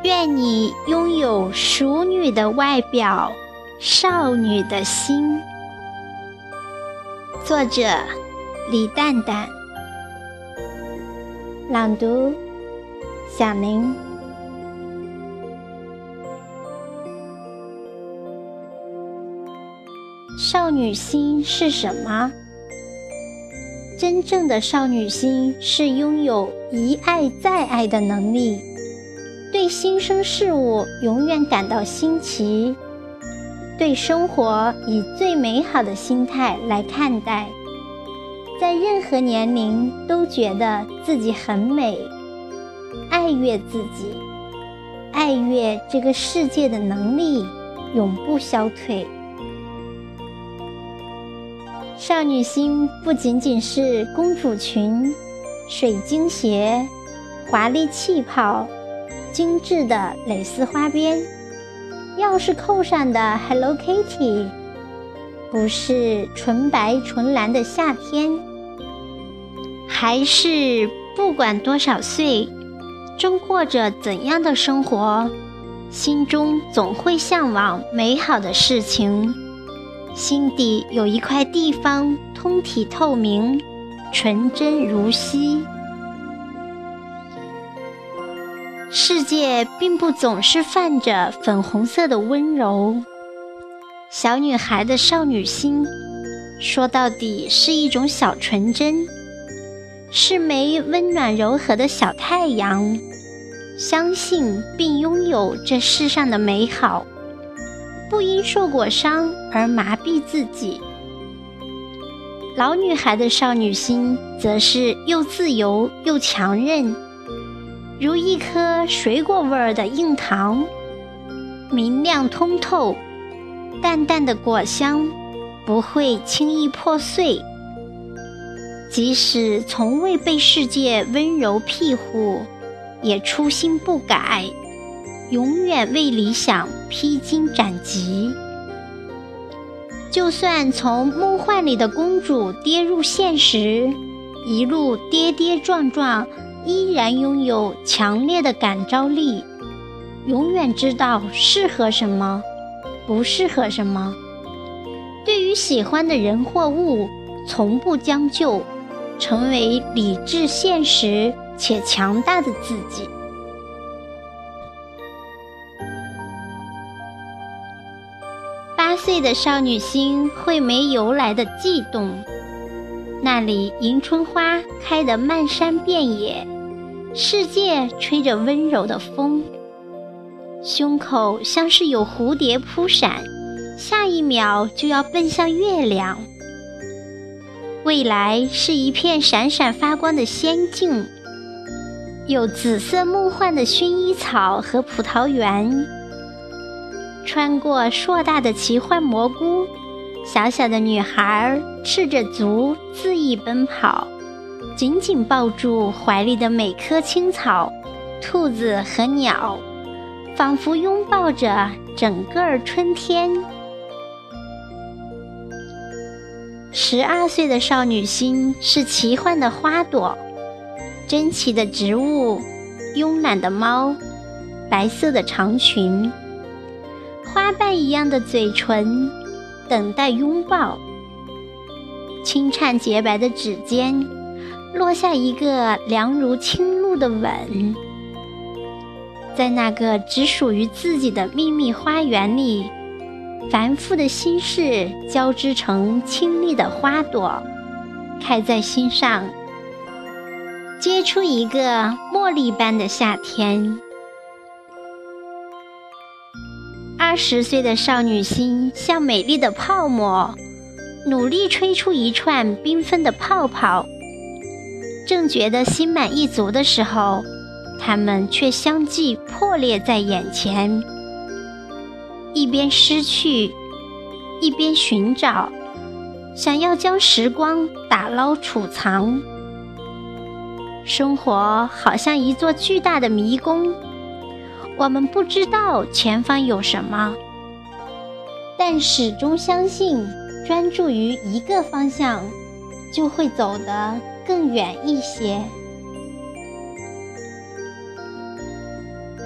愿你拥有淑女的外表，少女的心。作者李蛋蛋，朗读小宁。少女心是什么？真正的少女心是拥有一爱再爱的能力，对新生事物永远感到新奇，对生活以最美好的心态来看待，在任何年龄都觉得自己很美，爱悦自己，爱悦这个世界的能力永不消退。少女心不仅仅是公主裙、水晶鞋、华丽气泡、精致的蕾丝花边、钥匙扣上的 Hello Kitty， 不是纯白纯蓝的夏天，还是不管多少岁，终过着怎样的生活，心中总会向往美好的事情，心底有一块地方通体透明，纯真如昔。世界并不总是泛着粉红色的温柔，小女孩的少女心说到底是一种小纯真，是枚温暖柔和的小太阳，相信并拥有这世上的美好，不因受过伤而麻痹自己。老女孩的少女心则是又自由又强韧，如一颗水果味儿的硬糖，明亮通透，淡淡的果香不会轻易破碎，即使从未被世界温柔庇护，也初心不改，永远为理想披荆斩棘。就算从梦幻里的公主跌入现实，一路跌跌撞撞，依然拥有强烈的感召力，永远知道适合什么，不适合什么。对于喜欢的人或物，从不将就，成为理智现实且强大的自己。8岁的少女心会没由来的悸动，那里迎春花开得漫山遍野，世界吹着温柔的风，胸口像是有蝴蝶扑闪，下一秒就要奔向月亮。未来是一片闪闪发光的仙境，有紫色梦幻的薰衣草和葡萄园，穿过硕大的奇幻蘑菇，小小的女孩赤着足恣意奔跑，紧紧抱住怀里的每棵青草、兔子和鸟，仿佛拥抱着整个春天。12岁的少女心是奇幻的花朵，珍奇的植物，慵懒的猫，白色的长裙，花瓣一样的嘴唇，等待拥抱。轻颤洁白的指尖，落下一个凉如清露的吻。在那个只属于自己的秘密花园里，繁复的心事交织成清丽的花朵，开在心上，结出一个茉莉般的夏天。20岁的少女心像美丽的泡沫，努力吹出一串缤纷的泡泡，正觉得心满意足的时候，它们却相继破裂在眼前。一边失去，一边寻找，想要将时光打捞储藏。生活好像一座巨大的迷宫，我们不知道前方有什么，但始终相信专注于一个方向，就会走得更远一些。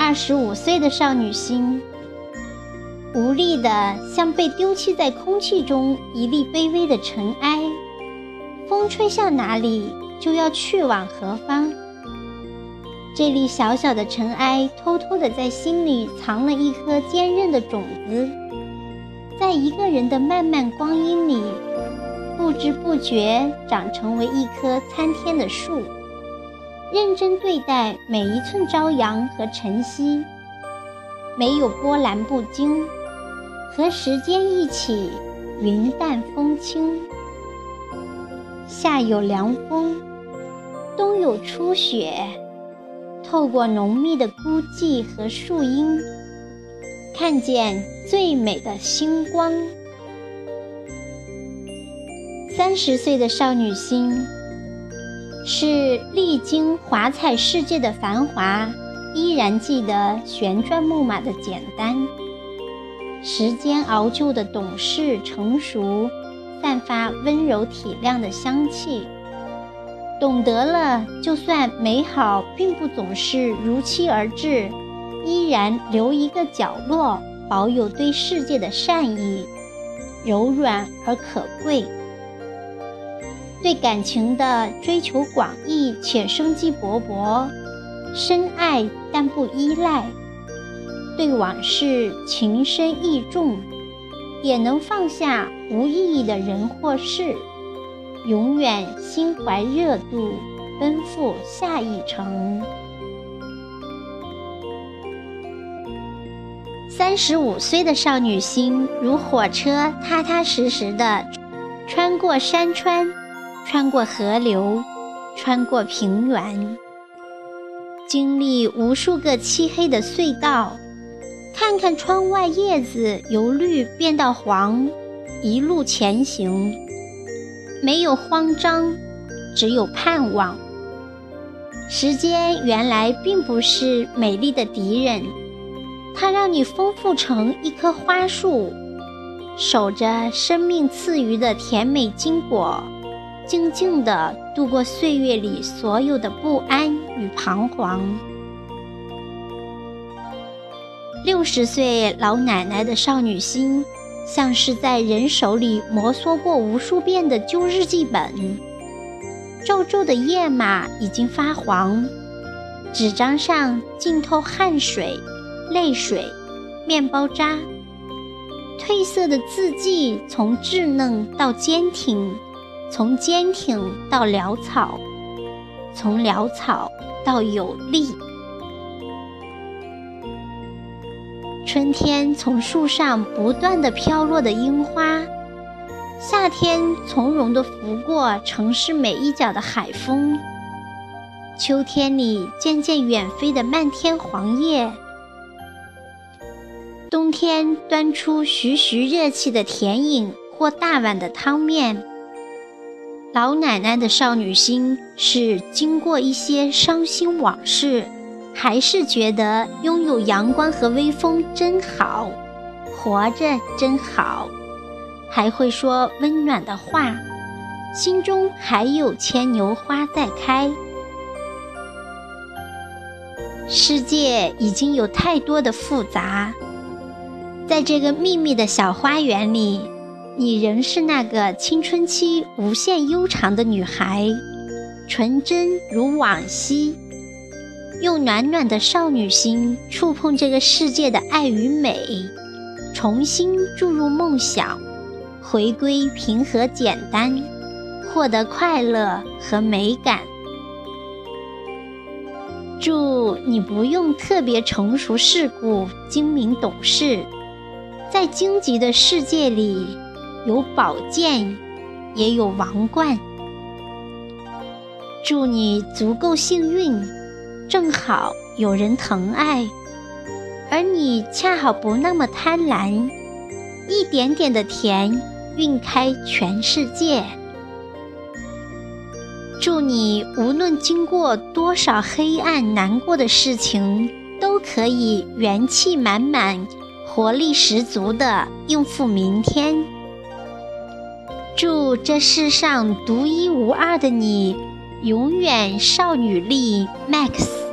25岁的少女心，无力地像被丢弃在空气中一粒卑微的尘埃，风吹向哪里就要去往何方。这粒小小的尘埃偷偷地在心里藏了一颗坚韧的种子，在一个人的漫漫光阴里，不知不觉长成为一棵参天的树，认真对待每一寸朝阳和晨曦，没有波澜不惊，和时间一起云淡风轻。夏有凉风，冬有初雪，透过浓密的孤寂和树荫，看见最美的星光。30岁的少女心，是历经华彩世界的繁华，依然记得旋转木马的简单，时间熬就的懂事成熟，散发温柔体谅的香气。懂得了，就算美好并不总是如期而至，依然留一个角落，保有对世界的善意，柔软而可贵。对感情的追求广义且生机勃勃，深爱但不依赖。对往事情深意重，也能放下无意义的人或事，永远心怀热度，奔赴下一程。35岁的少女心，如火车踏踏实实地穿过山川，穿过河流，穿过平原，经历无数个漆黑的隧道，看看窗外叶子由绿变到黄，一路前行，没有慌张，只有盼望。时间原来并不是美丽的敌人，它让你丰富成一棵花树，守着生命赐予的甜美金果，静静地度过岁月里所有的不安与彷徨。60岁老奶奶的少女心，像是在人手里摩挲过无数遍的旧日记本，皱皱的页码已经发黄，纸张上浸透汗水、泪水、面包渣，褪色的字迹从稚嫩到坚挺，从坚挺到潦草，从潦草到有力。春天从树上不断地飘落的樱花，夏天从容地拂过城市每一角的海风，秋天里渐渐远飞的漫天黄叶，冬天端出徐徐热气的甜饮或大碗的汤面。老奶奶的少女心，是经过一些伤心往事，还是觉得拥有阳光和微风真好，活着真好，还会说温暖的话，心中还有牵牛花在开。世界已经有太多的复杂，在这个秘密的小花园里，你仍是那个青春期无限悠长的女孩，纯真如往昔，用暖暖的少女心触碰这个世界的爱与美，重新注入梦想，回归平和简单，获得快乐和美感。祝你不用特别成熟世故、精明懂事，在荆棘的世界里，有宝剑，也有王冠。祝你足够幸运，正好有人疼爱，而你恰好不那么贪婪，一点点的甜晕开全世界。祝你无论经过多少黑暗难过的事情，都可以元气满满、活力十足地应付明天。祝这世上独一无二的你，永远少女力 Max。